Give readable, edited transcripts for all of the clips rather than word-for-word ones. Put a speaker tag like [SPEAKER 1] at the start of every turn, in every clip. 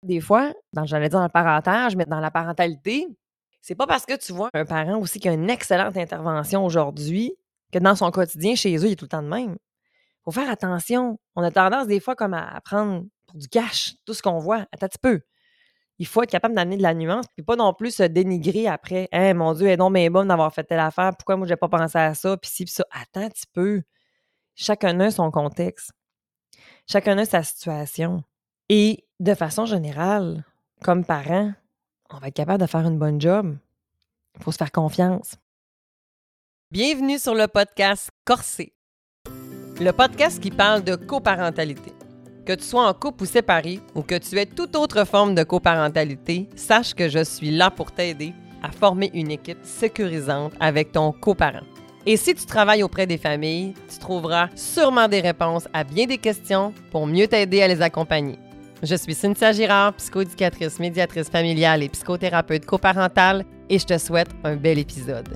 [SPEAKER 1] Des fois, j'allais dire dans le parentage, mais dans la parentalité, c'est pas parce que tu vois un parent aussi qui a une excellente intervention aujourd'hui que dans son quotidien, chez eux, il est tout le temps de même. Faut faire attention. On a tendance des fois comme à prendre pour du cash tout ce qu'on voit. Attends un petit peu. Il faut être capable d'amener de la nuance, puis pas non plus se dénigrer après. Hey, mon Dieu, elle est donc bien bonne d'avoir fait telle affaire. Pourquoi moi, j'ai pas pensé à ça? Puis ci, puis ça. Attends un petit peu. Chacun a son contexte. Chacun a sa situation. Et de façon générale, comme parent, on va être capable de faire une bonne job. Il faut se faire confiance. Bienvenue sur le podcast Corsé. Le podcast qui parle de coparentalité. Que tu sois en couple ou séparé, ou que tu aies toute autre forme de coparentalité, sache que je suis là pour t'aider à former une équipe sécurisante avec ton coparent. Et si tu travailles auprès des familles, tu trouveras sûrement des réponses à bien des questions pour mieux t'aider à les accompagner. Je suis Cynthia Girard, psychoéducatrice, médiatrice familiale et psychothérapeute coparentale, et je te souhaite un bel épisode.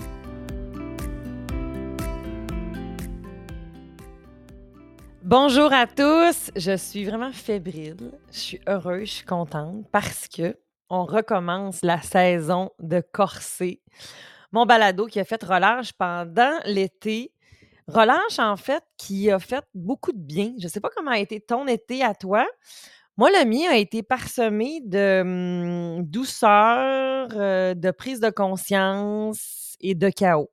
[SPEAKER 1] Bonjour à tous, je suis vraiment fébrile, je suis heureuse, je suis contente parce que on recommence la saison de Corsé. Mon balado qui a fait relâche pendant l'été. Relâche, en fait, qui a fait beaucoup de bien. Je ne sais pas comment a été ton été à toi. Moi, le mien a été parsemé de douceur, de prise de conscience et de chaos.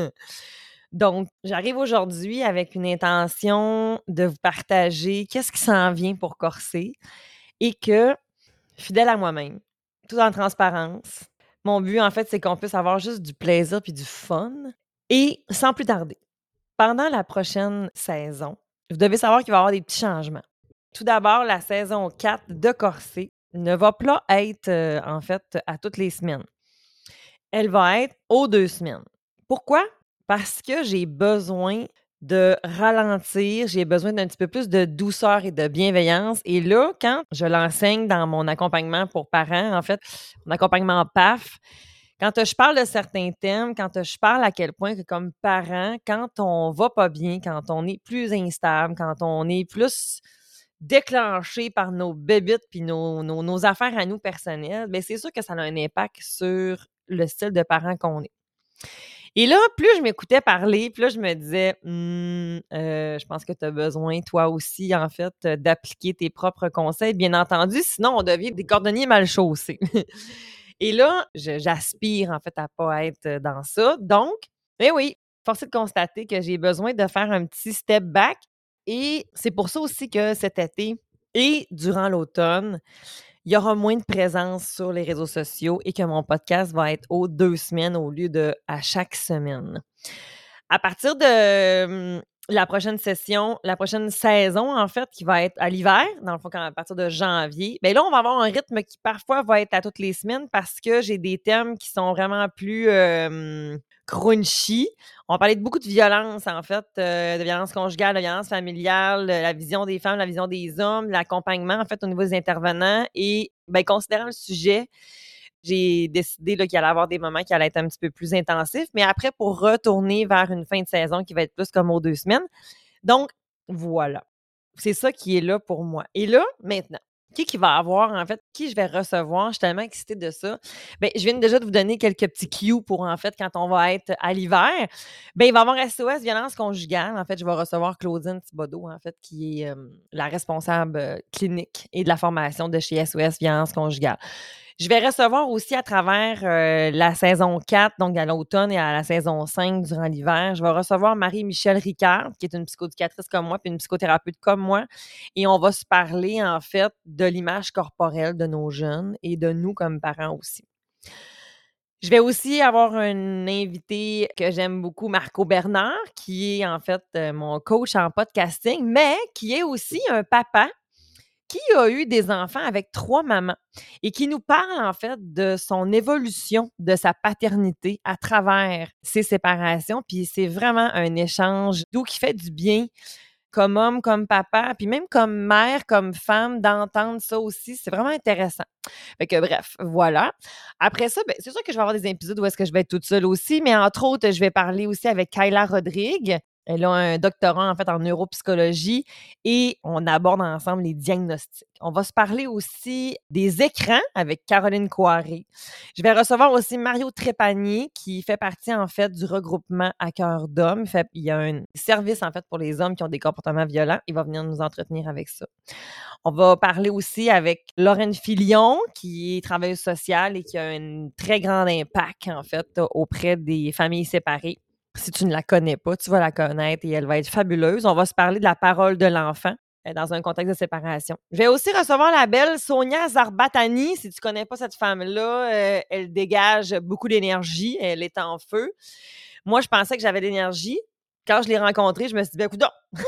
[SPEAKER 1] Donc, j'arrive aujourd'hui avec une intention de vous partager qu'est-ce qui s'en vient pour Corsé et que, fidèle à moi-même, tout en transparence, mon but, en fait, c'est qu'on puisse avoir juste du plaisir puis du fun. Et sans plus tarder, pendant la prochaine saison, vous devez savoir qu'il va y avoir des petits changements. Tout d'abord, la saison 4 de Corsé ne va pas être, en fait, à toutes les semaines. Elle va être aux 2 semaines. Pourquoi? Parce que j'ai besoin de ralentir, j'ai besoin d'un petit peu plus de douceur et de bienveillance. Et là, quand je l'enseigne dans mon accompagnement pour parents, en fait, mon accompagnement PAF, quand je parle de certains thèmes, quand je parle à quel point que comme parent, quand on va pas bien, quand on est plus instable, quand on est plus déclenché par nos bébites puis nos affaires à nous personnelles, bien, c'est sûr que ça a un impact sur le style de parent qu'on est. Et là, plus je m'écoutais parler, plus là, je me disais, je pense que tu as besoin, toi aussi, en fait, d'appliquer tes propres conseils, bien entendu, sinon on devient des cordonniers mal chaussés. Et là, j'aspire, en fait, à pas être dans ça. Donc, ben oui, force est de constater que j'ai besoin de faire un petit step back. Et c'est pour ça aussi que cet été et durant l'automne, il y aura moins de présence sur les réseaux sociaux et que mon podcast va être aux 2 semaines au lieu de à chaque semaine. À partir de la prochaine saison, en fait, qui va être à l'hiver, dans le fond, à partir de janvier, bien là, on va avoir un rythme qui parfois va être à toutes les semaines parce que j'ai des thèmes qui sont vraiment plus crunchy. On va parler de beaucoup de violence, en fait, de violence conjugale, de violence familiale, la vision des femmes, la vision des hommes, l'accompagnement, en fait, au niveau des intervenants. Et bien, considérant le sujet, j'ai décidé là, qu'il allait y avoir des moments qui allaient être un petit peu plus intensifs, mais après, pour retourner vers une fin de saison qui va être plus comme aux 2 semaines. Donc, voilà. C'est ça qui est là pour moi. Et là, maintenant, qui va avoir, en fait, qui je vais recevoir? Je suis tellement excitée de ça. Bien, je viens déjà de vous donner quelques petits cues pour, en fait, quand on va être à l'hiver. Bien, il va y avoir SOS Violence conjugale. En fait, je vais recevoir Claudine Thibodeau, en fait, qui est la responsable clinique et de la formation de chez SOS Violence conjugale. Je vais recevoir aussi à travers la saison 4, donc à l'automne et à la saison 5 durant l'hiver, je vais recevoir Marie-Michelle Ricard, qui est une psychoéducatrice comme moi, puis une psychothérapeute comme moi. Et on va se parler, en fait, de l'image corporelle de nos jeunes et de nous comme parents aussi. Je vais aussi avoir un invité que j'aime beaucoup, Marco Bernard, qui est en fait mon coach en podcasting, mais qui est aussi un papa qui a eu des enfants avec 3 mamans et qui nous parle en fait de son évolution de sa paternité à travers ses séparations. Puis c'est vraiment un échange doux qui fait du bien comme homme, comme papa, puis même comme mère, comme femme, d'entendre ça aussi. C'est vraiment intéressant. Fait que bref, voilà. Après ça, ben, c'est sûr que je vais avoir des épisodes où est-ce que je vais être toute seule aussi, mais entre autres, je vais parler aussi avec Kayla Rodrigue, Elle a un doctorat, en fait, en neuropsychologie et on aborde ensemble les diagnostics. On va se parler aussi des écrans avec Caroline Coiré. Je vais recevoir aussi Mario Trépanier qui fait partie, en fait, du regroupement À cœur d'homme. Il y a un service, en fait, pour les hommes qui ont des comportements violents. Il va venir nous entretenir avec ça. On va parler aussi avec Lorraine Filion, qui est travailleuse sociale et qui a un très grand impact, en fait, auprès des familles séparées. Si tu ne la connais pas, tu vas la connaître et elle va être fabuleuse. On va se parler de la parole de l'enfant dans un contexte de séparation. Je vais aussi recevoir la belle Sonia Zarbatani. Si tu ne connais pas cette femme-là, elle dégage beaucoup d'énergie. Elle est en feu. Moi, je pensais que j'avais de l'énergie. Quand je l'ai rencontrée, je me suis dit, ben, écoute,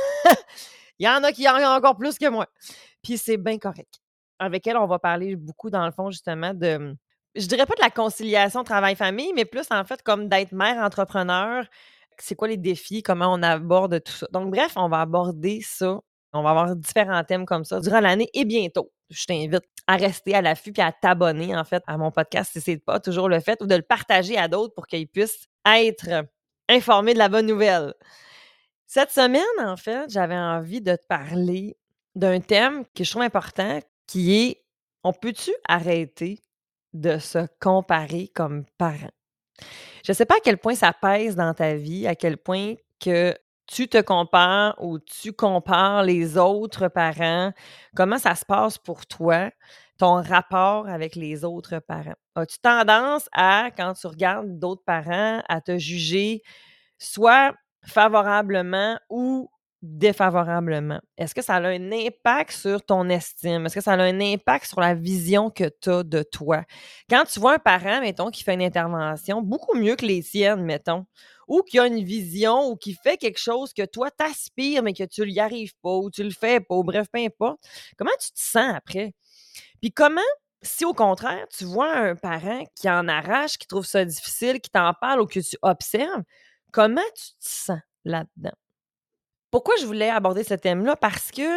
[SPEAKER 1] il y en a qui en ont encore plus que moi. Puis c'est bien correct. Avec elle, on va parler beaucoup, dans le fond, justement, je dirais pas de la conciliation travail-famille, mais plus, en fait, comme d'être mère entrepreneur. C'est quoi les défis? Comment on aborde tout ça? Donc, bref, on va aborder ça. On va avoir différents thèmes comme ça durant l'année et bientôt. Je t'invite à rester à l'affût puis à t'abonner, en fait, à mon podcast si c'est pas toujours le fait ou de le partager à d'autres pour qu'ils puissent être informés de la bonne nouvelle. Cette semaine, en fait, j'avais envie de te parler d'un thème que je trouve important, qui est: on peut-tu arrêter de se comparer comme parent? Je ne sais pas à quel point ça pèse dans ta vie, à quel point que tu te compares ou tu compares les autres parents. Comment ça se passe pour toi, ton rapport avec les autres parents? As-tu tendance à, quand tu regardes d'autres parents, à te juger soit favorablement ou défavorablement? Est-ce que ça a un impact sur ton estime? Est-ce que ça a un impact sur la vision que tu as de toi? Quand tu vois un parent, mettons, qui fait une intervention beaucoup mieux que les tiennes, mettons, ou qui a une vision ou qui fait quelque chose que toi, t'aspires, mais que tu n'y arrives pas ou tu le fais pas, ou bref, peu importe, comment tu te sens après? Puis comment, si au contraire, tu vois un parent qui en arrache, qui trouve ça difficile, qui t'en parle ou que tu observes, comment tu te sens là-dedans? Pourquoi je voulais aborder ce thème-là? Parce que,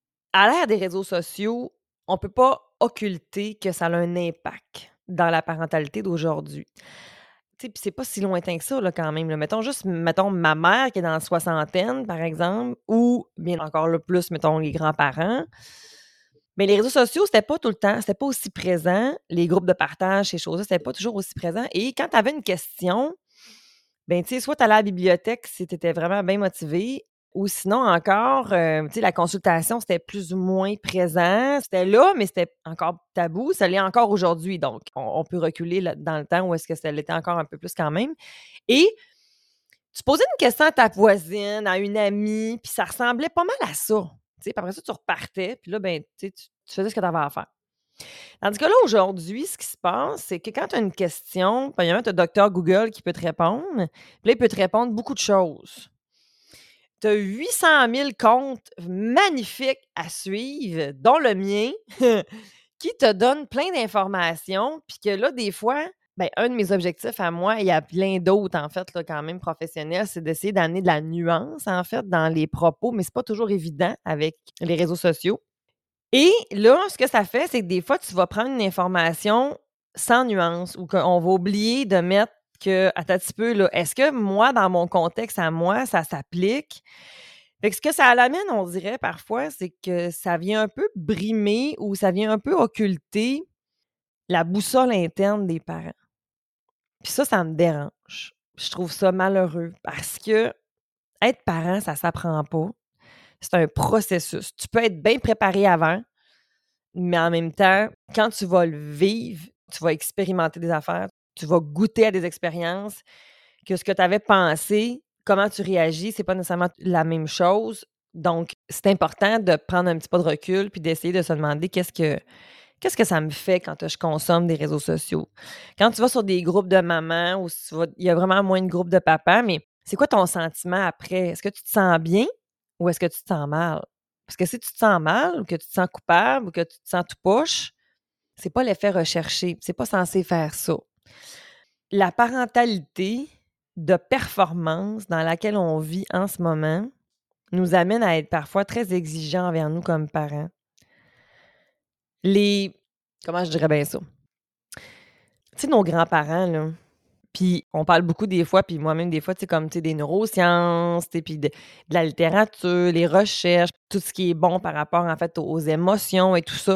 [SPEAKER 1] à l'ère des réseaux sociaux, on ne peut pas occulter que ça a un impact dans la parentalité d'aujourd'hui. Tu sais, puis c'est pas si lointain que ça, là, quand même, là. Mettons ma mère qui est dans la soixantaine, par exemple, ou bien encore le plus, mettons, les grands-parents. Mais les réseaux sociaux, c'était pas tout le temps, c'était pas aussi présent. Les groupes de partage, ces choses-là, c'était pas toujours aussi présent. Et quand tu avais une question, ben, tu sais, soit tu allais à la bibliothèque si tu étais vraiment bien motivé, ou sinon encore, tu sais, la consultation, c'était plus ou moins présent. C'était là, mais c'était encore tabou. Ça l'est encore aujourd'hui. Donc, on peut reculer dans le temps où est-ce que ça l'était encore un peu plus quand même. Et tu posais une question à ta voisine, à une amie, puis ça ressemblait pas mal à ça. Tu sais, puis après ça, tu repartais, puis là, ben, tu sais, tu faisais ce que tu avais à faire. Tandis que là, aujourd'hui, ce qui se passe, c'est que quand tu as une question, premièrement, tu as Docteur Google qui peut te répondre, puis là, il peut te répondre beaucoup de choses. Tu as 800 000 comptes magnifiques à suivre, dont le mien, qui te donne plein d'informations, puis que là, des fois, ben, un de mes objectifs à moi, il y a plein d'autres, en fait, là, quand même professionnels, c'est d'essayer d'amener de la nuance, en fait, dans les propos, mais c'est pas toujours évident avec les réseaux sociaux. Et là, ce que ça fait, c'est que des fois, tu vas prendre une information sans nuance ou qu'on va oublier de mettre que, attends un petit peu, là, est-ce que moi, dans mon contexte à moi, ça s'applique? Fait que ce que ça l'amène, on dirait parfois, c'est que ça vient un peu brimer ou ça vient un peu occulter la boussole interne des parents. Puis ça me dérange. Je trouve ça malheureux parce que être parent, ça s'apprend pas. C'est un processus. Tu peux être bien préparé avant, mais en même temps, quand tu vas le vivre, tu vas expérimenter des affaires, tu vas goûter à des expériences que ce que tu avais pensé, comment tu réagis, c'est pas nécessairement la même chose. Donc, c'est important de prendre un petit pas de recul puis d'essayer de se demander qu'est-ce que ça me fait quand je consomme des réseaux sociaux. Quand tu vas sur des groupes de mamans ou si il y a vraiment moins de groupes de papas, mais c'est quoi ton sentiment après? Est-ce que tu te sens bien ou est-ce que tu te sens mal? Parce que si tu te sens mal ou que tu te sens coupable ou que tu te sens tout poche, c'est pas l'effet recherché. C'est pas censé faire ça. La parentalité de performance dans laquelle on vit en ce moment nous amène à être parfois très exigeants envers nous comme parents. Comment je dirais bien ça? Tu sais, nos grands-parents, là, Puis on parle beaucoup des fois, puis moi-même des fois, tu sais, comme tu sais, des neurosciences, tu sais, puis de la littérature, les recherches, tout ce qui est bon par rapport, en fait, aux émotions et tout ça.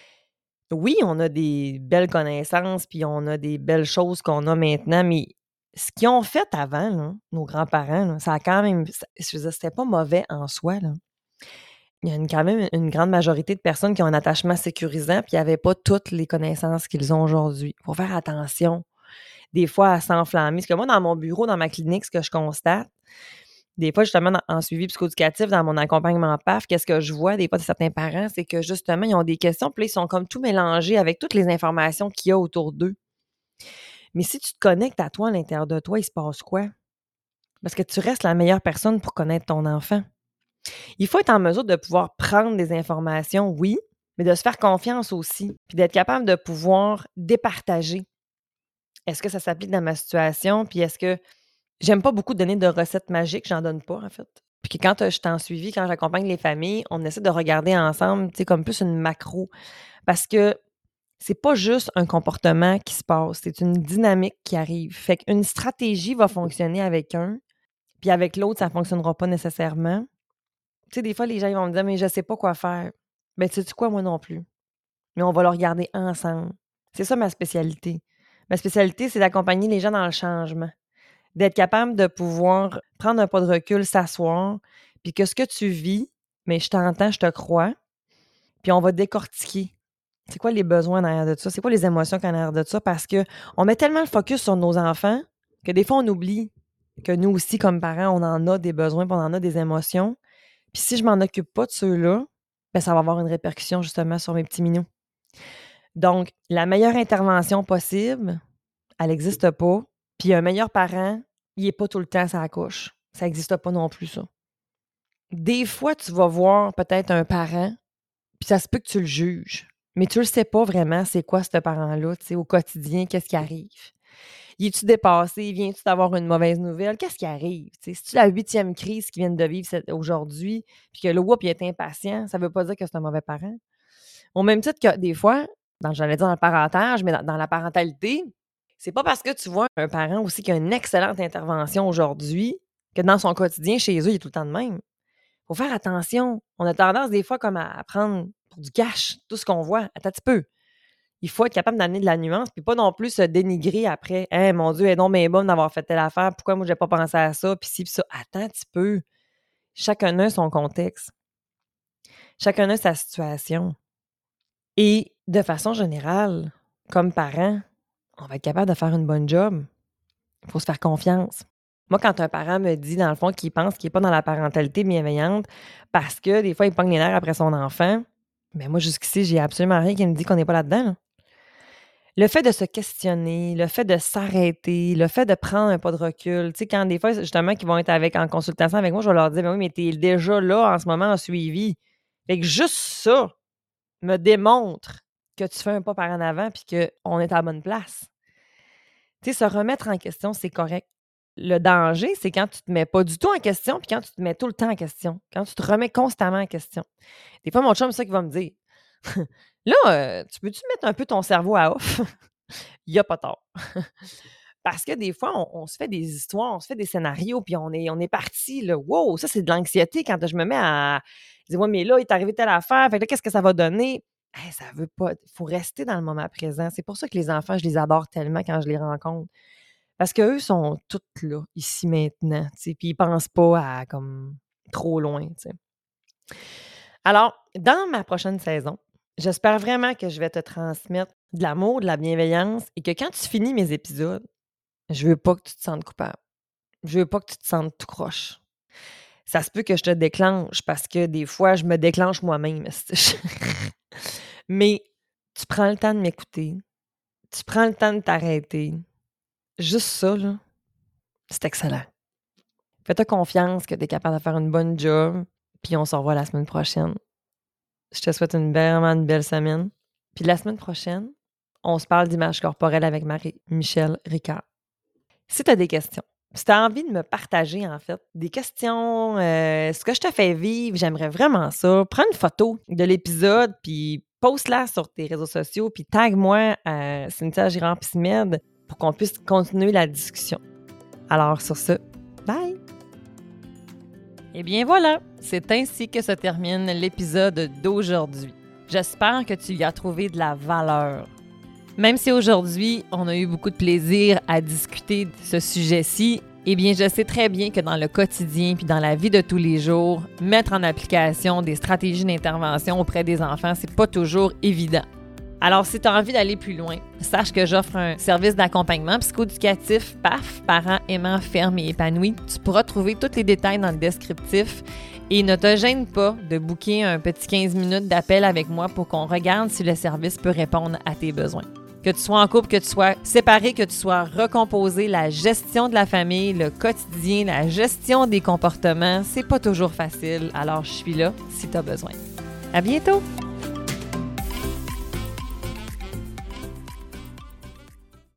[SPEAKER 1] Oui, on a des belles connaissances, puis on a des belles choses qu'on a maintenant, mais ce qu'ils ont fait avant, là, nos grands-parents, là, ça a quand même je veux dire, c'était pas mauvais en soi, là. Il y a quand même une grande majorité de personnes qui ont un attachement sécurisant, puis ils avaient pas toutes les connaissances qu'ils ont aujourd'hui. Il faut faire attention, des fois, à s'enflammer. Parce que moi, dans mon bureau, dans ma clinique, ce que je constate, des fois, justement, en suivi psychoéducatif, dans mon accompagnement PAF, qu'est-ce que je vois des fois de certains parents, c'est que justement, ils ont des questions, puis là, ils sont comme tout mélangés avec toutes les informations qu'il y a autour d'eux. Mais si tu te connectes à toi, à l'intérieur de toi, il se passe quoi? Parce que tu restes la meilleure personne pour connaître ton enfant. Il faut être en mesure de pouvoir prendre des informations, oui, mais de se faire confiance aussi, puis d'être capable de pouvoir départager. Est-ce que ça s'applique dans ma situation? Puis est-ce que j'aime pas beaucoup donner de recettes magiques, j'en donne pas, en fait. Puis que quand je t'en suivi, quand j'accompagne les familles, on essaie de regarder ensemble, tu sais, comme plus une macro. Parce que c'est pas juste un comportement qui se passe, c'est une dynamique qui arrive. Fait qu'une stratégie va fonctionner avec un, puis avec l'autre, ça fonctionnera pas nécessairement. Tu sais, des fois, les gens ils vont me dire, mais je sais pas quoi faire. Ben, tu sais quoi, moi non plus. Mais on va le regarder ensemble. C'est ça ma spécialité. Ma spécialité, c'est d'accompagner les gens dans le changement. D'être capable de pouvoir prendre un pas de recul, s'asseoir, puis que ce que tu vis, mais je t'entends, je te crois, puis on va décortiquer. C'est quoi les besoins derrière de ça? C'est quoi les émotions qu'il y a derrière de ça? Parce que on met tellement le focus sur nos enfants que des fois, on oublie que nous aussi, comme parents, on en a des besoins, puis on en a des émotions. Puis si je m'en occupe pas de ceux-là, ben ça va avoir une répercussion justement sur mes petits minous. Donc, la meilleure intervention possible, elle n'existe pas. Puis un meilleur parent, il n'est pas tout le temps sur la couche. Ça n'existe pas non plus, ça. Des fois, tu vas voir peut-être un parent, puis ça se peut que tu le juges. Mais tu ne le sais pas vraiment c'est quoi ce parent-là, tu sais, au quotidien, qu'est-ce qui arrive. Il est-tu dépassé? Viens-tu d'avoir une mauvaise nouvelle? Qu'est-ce qui arrive? C'est-tu la 8e crise qu'ils viennent de vivre aujourd'hui, puis que le whoop, il est impatient, ça ne veut pas dire que c'est un mauvais parent. Au même titre que des fois, j'allais dire dans le parentage, mais dans la parentalité, c'est pas parce que tu vois un parent aussi qui a une excellente intervention aujourd'hui que dans son quotidien, chez eux, il est tout le temps de même. Faut faire attention. On a tendance des fois comme à prendre pour du cash tout ce qu'on voit. Attends un petit peu. Il faut être capable d'amener de la nuance, puis pas non plus se dénigrer après. Hey, mon Dieu, elle est donc bien bonne d'avoir fait telle affaire. Pourquoi moi, j'ai pas pensé à ça? Puis ci, puis ça. Attends un petit peu. Chacun a son contexte. Chacun a sa situation. Et de façon générale, comme parent, on va être capable de faire une bonne job. Il faut se faire confiance. Moi, quand un parent me dit, dans le fond, qu'il pense qu'il n'est pas dans la parentalité bienveillante parce que des fois, il pogne les nerfs après son enfant, mais moi, jusqu'ici, j'ai absolument rien qui me dit qu'on n'est pas là-dedans. Là. Le fait de se questionner, le fait de s'arrêter, le fait de prendre un pas de recul, tu sais, quand des fois, justement, qu'ils vont être en consultation avec moi, je vais leur dire, ben oui, mais tu es déjà là en ce moment en suivi. Fait que juste ça me démontre que tu fais un pas par en avant puis qu'on est à la bonne place. Tu sais, se remettre en question, c'est correct. Le danger, c'est quand tu te mets pas du tout en question puis quand tu te mets tout le temps en question. Quand tu te remets constamment en question. Des fois, mon chum, c'est ça qu'il va me dire. Là, tu peux-tu mettre un peu ton cerveau à off? Il y a pas tort. Parce que des fois, on se fait des histoires, on se fait des scénarios, puis on est parti, là. Wow, ça, c'est de l'anxiété quand je me mets à dire, ouais, mais là, il est arrivé telle affaire, fait que là, qu'est-ce que ça va donner? Hey, ça veut pas. Il faut rester dans le moment présent. C'est pour ça que les enfants, je les adore tellement quand je les rencontre. Parce qu'eux sont tous là, ici, maintenant, tu sais, puis ils pensent pas à, comme, trop loin, tu sais. Alors, dans ma prochaine saison, j'espère vraiment que je vais te transmettre de l'amour, de la bienveillance et que quand tu finis mes épisodes, je veux pas que tu te sentes coupable. Je veux pas que tu te sentes tout croche. Ça se peut que je te déclenche parce que des fois, je me déclenche moi-même. Mais tu prends le temps de m'écouter. Tu prends le temps de t'arrêter. Juste ça, là, c'est excellent. Fais-toi confiance que tu es capable de faire une bonne job, puis on se revoit la semaine prochaine. Je te souhaite vraiment une belle semaine. Puis la semaine prochaine, on se parle d'image corporelle avec Marie-Michel Ricard. Si tu as des questions, si tu as envie de me partager, en fait, des questions, ce que je te fais vivre, j'aimerais vraiment ça. Prends une photo de l'épisode, puis poste-la sur tes réseaux sociaux, puis tag-moi Cynthia Girard-Pismed. pour qu'on puisse continuer la discussion. Alors sur ce, bye! Et bien voilà, c'est ainsi que se termine l'épisode d'aujourd'hui. J'espère que tu y as trouvé de la valeur. Même si aujourd'hui, on a eu beaucoup de plaisir à discuter de ce sujet-ci, eh bien, je sais très bien que dans le quotidien puis dans la vie de tous les jours, mettre en application des stratégies d'intervention auprès des enfants, c'est pas toujours évident. Alors, si tu as envie d'aller plus loin, sache que j'offre un service d'accompagnement psychoéducatif PAF, parents aimants, fermes et épanouis. Tu pourras trouver tous les détails dans le descriptif et ne te gêne pas de booker un petit 15 minutes d'appel avec moi pour qu'on regarde si le service peut répondre à tes besoins. Que tu sois en couple, que tu sois séparé, que tu sois recomposé, la gestion de la famille, le quotidien, la gestion des comportements, c'est pas toujours facile. Alors, je suis là si tu as besoin. À bientôt!